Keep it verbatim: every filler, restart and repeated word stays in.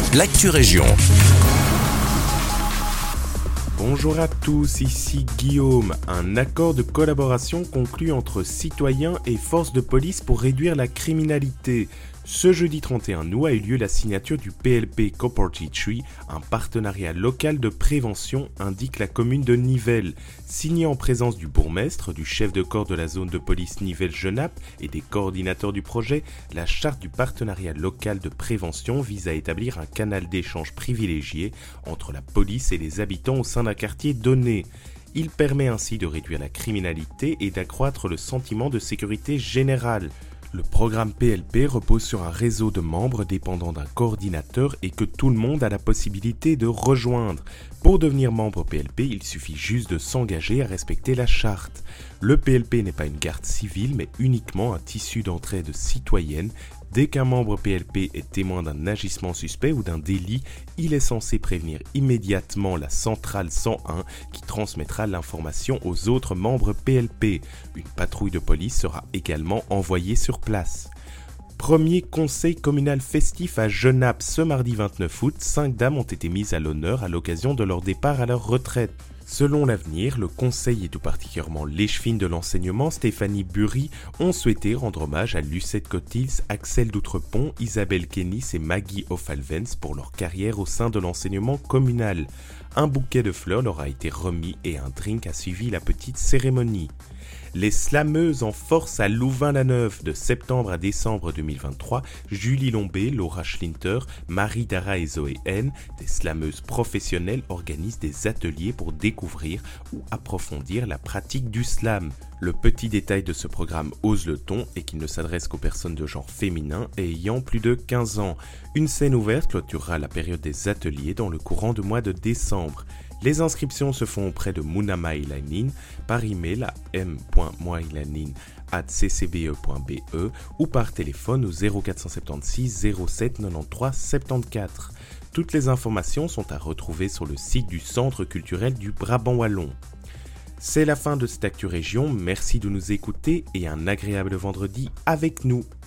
l'actu région. Bonjour à tous, ici Guillaume. Un accord de collaboration conclu entre citoyens et forces de police pour réduire la criminalité. Ce jeudi trente et un août a eu lieu la signature du P L P Cooperative Tree, un partenariat local de prévention, indique la commune de Nivelles. Signé en présence du bourgmestre, du chef de corps de la zone de police Nivelles-Genappe et des coordinateurs du projet, la charte du partenariat local de prévention vise à établir un canal d'échange privilégié entre la police et les habitants au sein d'un quartier donné. Il permet ainsi de réduire la criminalité et d'accroître le sentiment de sécurité générale. Le programme P L P repose sur un réseau de membres dépendant d'un coordinateur et que tout le monde a la possibilité de rejoindre. Pour devenir membre P L P, il suffit juste de s'engager à respecter la charte. Le P L P n'est pas une garde civile, mais uniquement un tissu d'entraide citoyenne. Dès qu'un membre P L P est témoin d'un agissement suspect ou d'un délit, il est censé prévenir immédiatement la centrale cent un qui transmettra l'information aux autres membres P L P. Une patrouille de police sera également envoyée sur place. Premier conseil communal festif à Genappe ce mardi vingt-neuf août, cinq dames ont été mises à l'honneur à l'occasion de leur départ à leur retraite. Selon l'Avenir, le conseil et tout particulièrement l'échevine de l'enseignement Stéphanie Bury ont souhaité rendre hommage à Lucette Cottils, Axel d'Outrepont, Isabelle Kénis et Maggie O'Falvens pour leur carrière au sein de l'enseignement communal. Un bouquet de fleurs leur a été remis et un drink a suivi la petite cérémonie. Les slameuses en force à Louvain-la-Neuve de septembre à décembre deux mille vingt-trois, Julie Lombé, Laura Schlinter, Marie Dara et Zoé N, des slameuses professionnelles organisent des ateliers pour découvrir ou approfondir la pratique du slam. Le petit détail de ce programme ose le ton est qu'il ne s'adresse qu'aux personnes de genre féminin et ayant plus de quinze ans. Une scène ouverte clôturera la période des ateliers dans le courant du mois de décembre. Les inscriptions se font auprès de Mouna Mailanin par email à m point moilanin arobase c c b e point b e ou par téléphone au zéro quatre cent soixante-seize zéro sept quatre-vingt-treize soixante-quatorze. Toutes les informations sont à retrouver sur le site du Centre culturel du Brabant Wallon. C'est la fin de cette Actu Région, merci de nous écouter et un agréable vendredi avec nous.